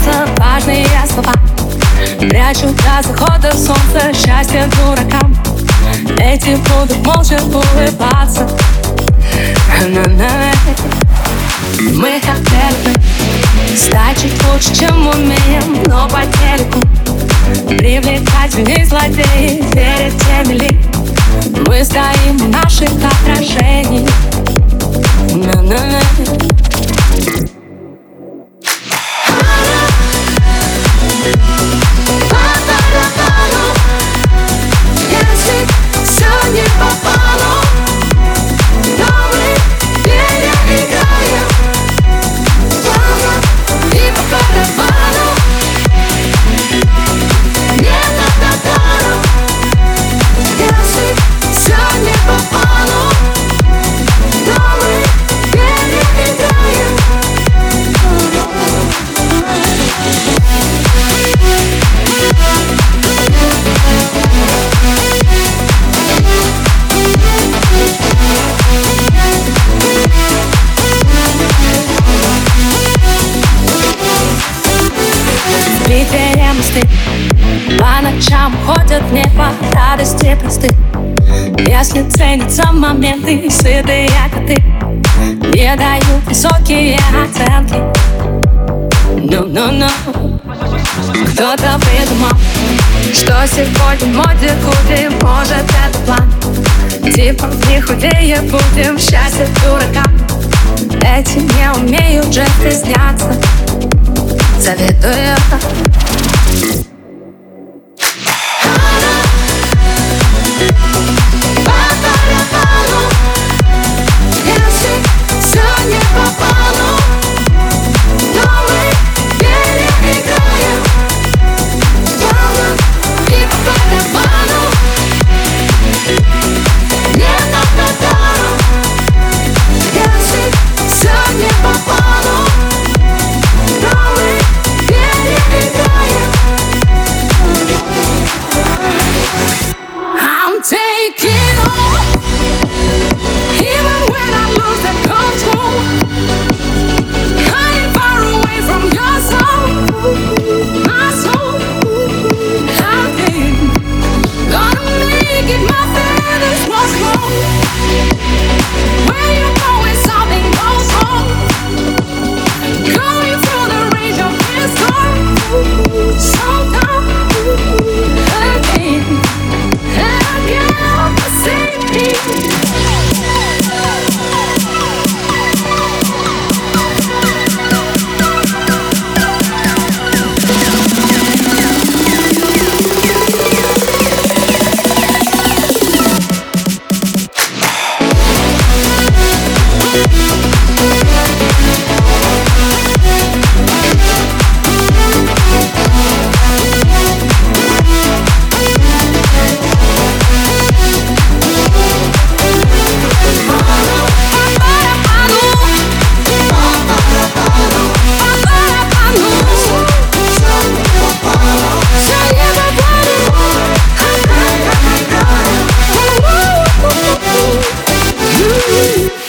говорятся важные слова. Прячу до захода солнца счастье дуракам. Эти будут молча улыбаться. Мы хотели стать чуть лучше, чем умеем, но по телеку привлекательней злодеи перед теми ли мы стоим в наших отражениях. Если все не по плану, но мы переиграем плавно и по барабану. Не на татару. Если все не по плану, но мы переиграем. В Питере мосты по ночам ходят в небо радости просты. Если ценятся моменты, сытые коты не дают высокие оценки. Кто-то придумал, что сегодня в моде худи. Может, это план, типа не худее будем, счастье дуракам. Эти не умеют же стесняться. Завидую. Если все не по плану, но мы переиграем плавно и по барабану. Не на татару. Если все не по плану, но мы переиграем. I'm taking off, even when I lose the control. I'm far away from your soul, my soul. I'm gonna make it my feathers was wrong. Where you go when something goes wrong, going through the range of this storm. So down again, again, the same thing. Ooh.